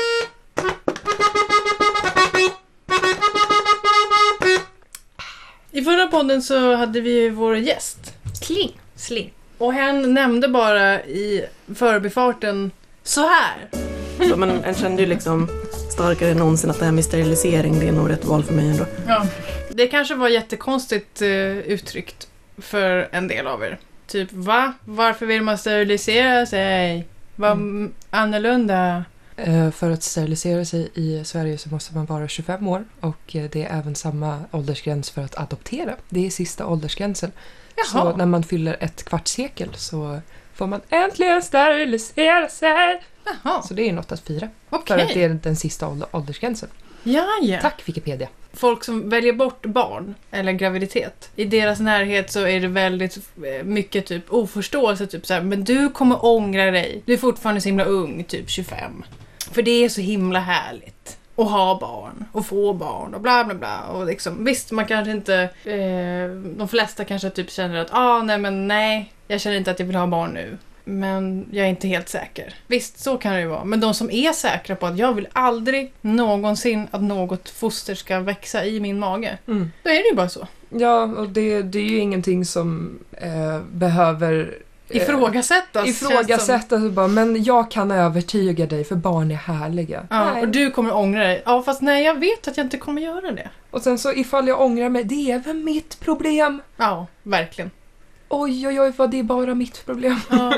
I förra podden så hade vi ju vår gäst, Sling. Sling. Och han nämnde bara i förbifarten så här. Så, men en kände ju liksom starkare än någonsin att det här med sterilisering, det är nog rätt val för mig ändå. Ja. Det kanske var jättekonstigt uh, uttryckt för en del av er. Typ, va? Varför vill man sterilisera sig? Vad mm. annorlunda? Uh, för att sterilisera sig i Sverige så måste man vara tjugofem år. Och uh, det är även samma åldersgräns för att adoptera. Det är sista åldersgränsen. Jaha. Så när man fyller ett kvartssekel så får man äntligen sterilisera sig. Jaha. Så det är något att fira. Okej. För att det är den sista ålder- åldersgränsen. Ja, ja. Tack Wikipedia. Folk som väljer bort barn eller graviditet, i deras närhet så är det väldigt mycket typ oförståelse, typ så här, men du kommer ångra dig. Du är fortfarande så himla ung, typ tjugofem. För det är så himla härligt att ha barn och få barn och bla bla bla. Och liksom, visst, man kanske inte eh, de flesta kanske typ känner att ah, nej men nej, jag känner inte att jag vill ha barn nu. Men jag är inte helt säker. Visst, så kan det ju vara. Men de som är säkra på att jag vill aldrig någonsin att något foster ska växa i min mage. Mm. Då är det ju bara så. Ja, och det, det är ju ingenting som eh, behöver eh, Ifrågasättas. ifrågasättas. Bara, men jag kan övertyga dig för barn är härliga. Ja, Nej. och du kommer ångra dig. Ja, fast nej, jag vet att jag inte kommer göra det. Och sen så ifall jag ångrar mig, det är väl mitt problem. Ja, verkligen. Oj, oj, oj, vad det är bara mitt problem. Ja.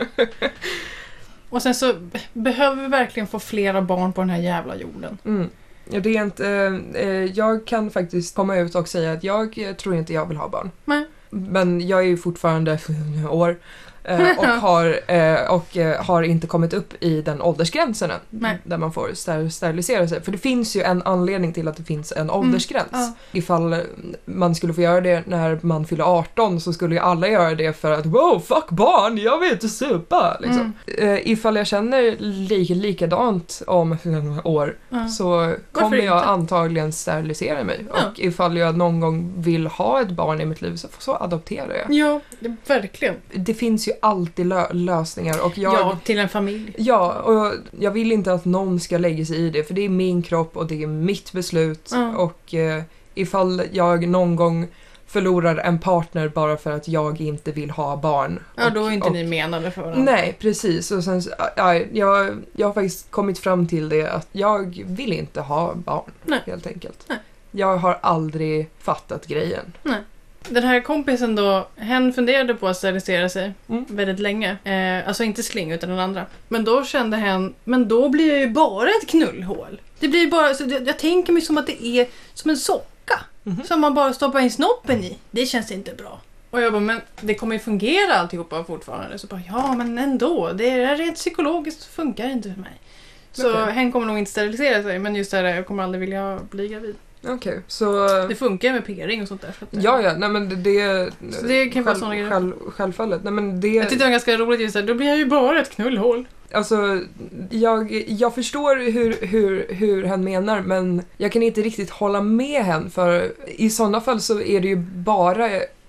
Och sen så behöver vi verkligen få flera barn på den här jävla jorden. Mm. Ja, det är inte, eh, jag kan faktiskt komma ut och säga att jag eh, tror inte jag vill ha barn. Nej. Men jag är ju fortfarande år eh, och, har, eh, och eh, har inte kommit upp i den åldersgränsen än, Nej. där man får ster- sterilisera sig. För det finns ju en anledning till att det finns en åldersgräns. Ja. Ifall man skulle få göra det när man fyller arton så skulle ju alla göra det för att wow, fuck barn, jag vill inte supa. Liksom. Mm. Eh, ifall jag känner li- likadant om år Ja. så kommer jag inte? antagligen sterilisera mig. Ja. Och ifall jag någon gång vill ha ett barn i mitt liv så, så adopterar jag. Ja, det, verkligen. Det finns ju alltid lö- lösningar. Och jag, Ja, till en familj. ja, och jag vill inte att någon ska lägga sig i det. För det är min kropp och det är mitt beslut. Ja. Och eh, ifall jag någon gång förlorar en partner bara för att jag inte vill ha barn. Ja, och, då är inte och, ni menade för varandra. Nej, precis. Och sen, ja, jag, jag har faktiskt kommit fram till det att jag vill inte ha barn, Nej. helt enkelt. Nej. Jag har aldrig fattat grejen. Nej. Den här kompisen då, hen funderade på att sterilisera sig Mm. väldigt länge. Eh, alltså inte Sling utan den andra. Men då kände hen, men då blir jag ju bara ett knullhål. Det blir bara, så jag, jag tänker mig som att det är som en socka. Mhm. Som man bara stoppar in snoppen i. Det känns inte bra. Och jag bara, men det kommer ju fungera alltihopa fortfarande. Så bara, ja men ändå. Det är rent psykologiskt funkar inte för mig. Så Okej. hen kommer nog inte sterilisera sig. Men just det här, jag kommer aldrig vilja bli gravid. Okej, okay, så... Det funkar med p-ring och sånt där. Så att, Ja, ja, nej men det... det Så det kan vara såna grejer. själv, självfallet. Nej men det... Jag tyckte det var ganska roligt just där. Då blir jag ju bara ett knullhål. Alltså, jag, jag förstår hur, hur, hur han menar, men jag kan inte riktigt hålla med henne, för i sådana fall så är det ju bara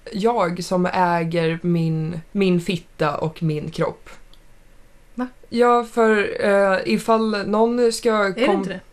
jag som äger min, min fitta och min kropp. Va? Ja, för uh, ifall någon ska... Är det inte det?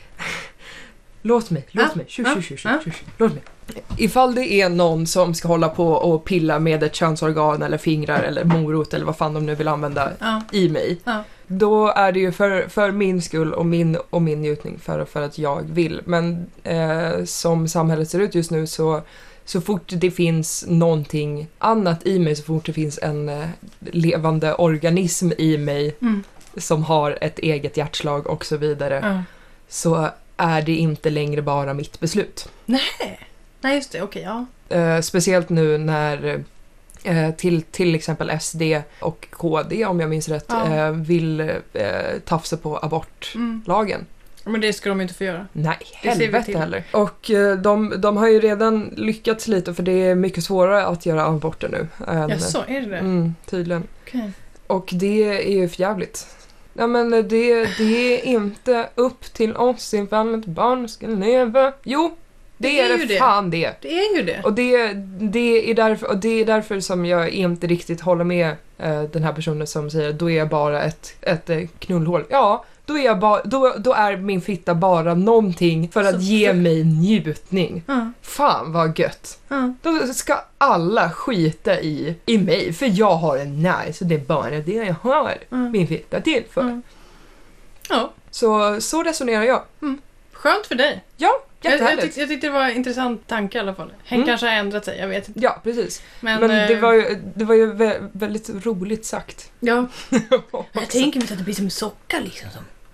Låt mig, låt Ah, mig. Tju, ah, tju, tju, tju, ah. tju, tju. Låt mig. Ifall det är någon som ska hålla på och pilla med ett könsorgan eller fingrar eller morot eller vad fan de nu vill använda Ja. i mig, Ja. då är det ju för, för min skull och min, och min njutning för, för att jag vill. Men eh, som samhället ser ut just nu så, så fort det finns någonting annat i mig, så fort det finns en eh, levande organism i mig Mm. som har ett eget hjärtslag och så vidare, Ja. så är det inte längre bara mitt beslut. Nej. Nej, just det. Okej, ja. Eh, speciellt nu när eh, till, till exempel S D och K D, om jag minns rätt, Ja. eh, vill eh, tafsa på abortlagen. Mm. Men det ska de inte få göra. Nej, Det ser vi helvete till. heller. Och eh, de, de har ju redan lyckats lite, för det är mycket svårare att göra aborter nu. Än, Jaså, är det det? Mm, tydligen. Okej. Och det är ju förjävligt. Ja, men det, det är inte upp till oss ifall ett barn ska leva. Jo, Det är det, ju fan det. Det är ju det. Och det, det, är därför, och det är därför som jag inte riktigt håller med eh, den här personen som säger då är jag bara ett, ett eh, knullhål. Ja, då är, jag ba, då, då är min fitta bara någonting för att Så ge för... mig njutning. Ja. Fan vad gött. Ja. Då ska alla skita i, i mig för jag har en nice och det är bara det jag har Mm. min fitta till för. Mm. Ja. Så, så resonerar jag. Skönt för dig. Ja, Jag, jag, jättehärligt. tyck, jag tyckte det var en intressant tanke i alla fall. Hen Mm. kanske har ändrat sig, jag vet inte. Ja, precis. Men, Men det eh, var ju, det var ju vä- väldigt roligt sagt. Ja. Också. mig att det blir som socka liksom.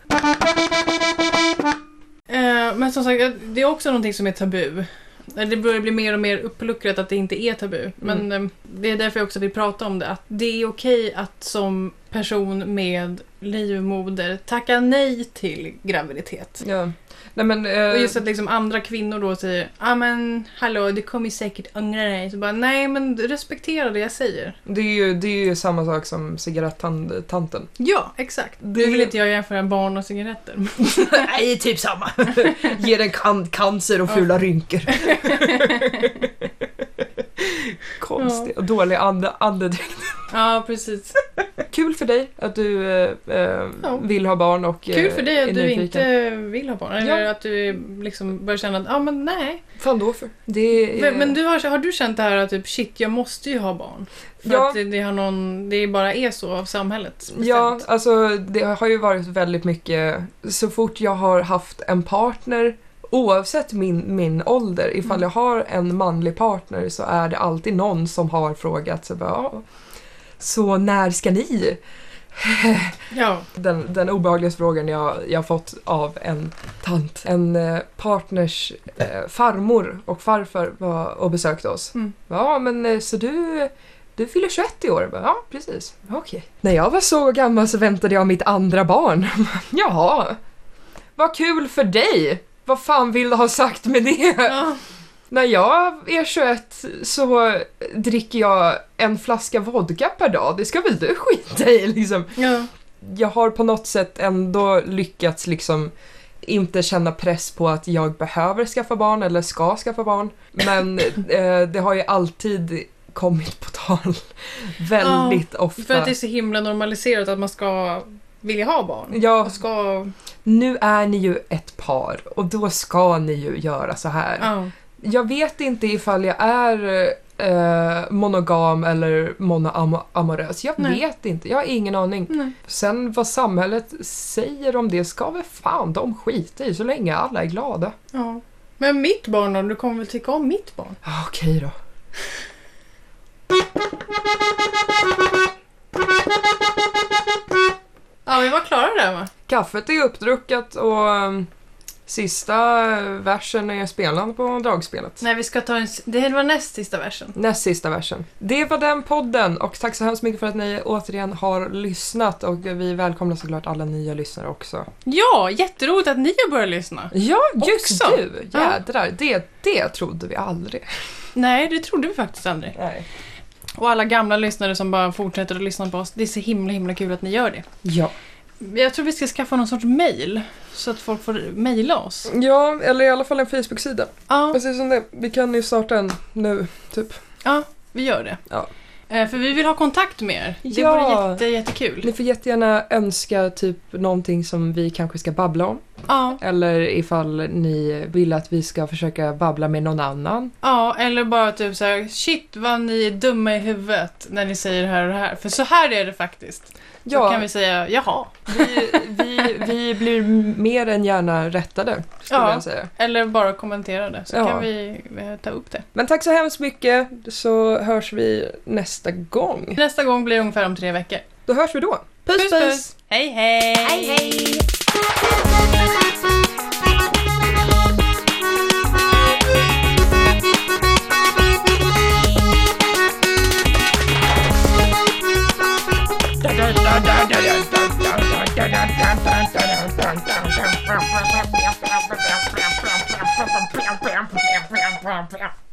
Eh, men som sagt, det är också någonting som är tabu. Det börjar bli mer och mer uppluckrat att det inte är tabu. Men eh, det är därför jag också vill prata om det. Att det är okej att som person med livmoder tacka nej till graviditet. Ja. Nej, men, eh, Och just att liksom andra kvinnor då säger ja ah, men hallå, du kommer säkert ångra dig. Så bara nej, men respektera det jag säger. det, är ju, det är ju samma sak som cigarettanten. Ja, exakt. Det- Nu vill inte jag jämföra barn och cigaretter. Nej, typ samma. Ger en can- cancer och fula rynkor. Konstigt. Och dålig ande, andedräkt. Ja, precis. Kul för dig att du eh, eh, Ja. vill ha barn och eh, Kul för dig är att du nyfiken. inte vill ha barn. Eller Ja. att du liksom börjar känna att ja men nej. Fan då för. Det är... Men, men du har, har du känt det här att typ shit, jag måste ju ha barn? För Ja. att det, det har någon, det bara är så av samhället bestämt. Ja, alltså det har ju varit väldigt mycket, så fort jag har haft en partner, oavsett min, min ålder, ifall Mm. jag har en manlig partner så är det alltid någon som har frågat så bara, "Ja, så när ska ni?" Ja. Den, den obehagliga frågan jag, jag fått av en tant. En eh, partners eh, farmor och farfar var och besökte oss. Mm. Ja, men eh, så du, du fyller tjugoett i år? Jag bara, ja, precis. Okej. När jag var så gammal så väntade jag mitt andra barn. Jaha. Vad kul för dig. Vad fan vill du ha sagt med det? Ja. När jag är tjugoett så dricker jag en flaska vodka per dag. Det ska väl du skita i liksom. Ja. Jag har på något sätt ändå lyckats liksom inte känna press på att jag behöver skaffa barn eller ska skaffa barn. Men eh, det har ju alltid kommit på tal väldigt ofta. För att det är så himla normaliserat att man ska vilja ha barn. Ja, Och ska... nu är ni ju ett par och då ska ni ju göra så här. Ja. Jag vet inte ifall jag är eh, monogam eller monoamorös. Jag Nej. vet inte, jag har ingen aning. Nej. Sen vad samhället säger om det ska väl fan de skita i så länge alla är glada. Ja. Men mitt barn då? Du kommer väl tycka om mitt barn? Ah, okej då. Ja, vi var klara där va? Kaffet är uppdruckat och um, sista versen är spelad på dragspelet. Nej, vi ska ta en... Det var näst sista versen. Näst sista versen. Det var den podden och tack så hemskt mycket för att ni återigen har lyssnat och vi välkomnar såklart alla nya lyssnare också. Ja, jätteroligt att ni har börjat lyssna. Ja, just Också. du! Jädrar, det, det trodde vi aldrig. Nej, det trodde vi faktiskt aldrig. Nej. Och alla gamla lyssnare som bara fortsätter att lyssna på oss. Det är så himla himla kul att ni gör det. Ja. Jag tror vi ska skaffa någon sorts mail. Så att folk får mejla oss. Ja, eller i alla fall en Facebook-sida. Ja, Precis som det. Vi kan ju starta en nu, typ. ja vi gör det. Ja. Eh, För vi vill ha kontakt med er. Det Ja. vore jätte, jättekul. Ni får jättegärna önska typ någonting som vi kanske ska babbla om. Ja, Eller ifall ni vill att vi ska försöka babbla med någon annan. ja, eller bara typ så här: shit vad ni är dumma i huvudet när ni säger det här och det här. För så här är det faktiskt. Så Ja, kan vi säga, jaha. vi, vi, vi blir mer än gärna rättade, skulle Ja. jag säga. Eller bara kommentera det. Så Ja. kan vi eh, ta upp det. Men tack så hemskt mycket, så hörs vi nästa gång. Nästa gång blir det ungefär om tre veckor. Då hörs vi då. Puss puss! Puss, puss. Hej hej! Hej hej! Yeah.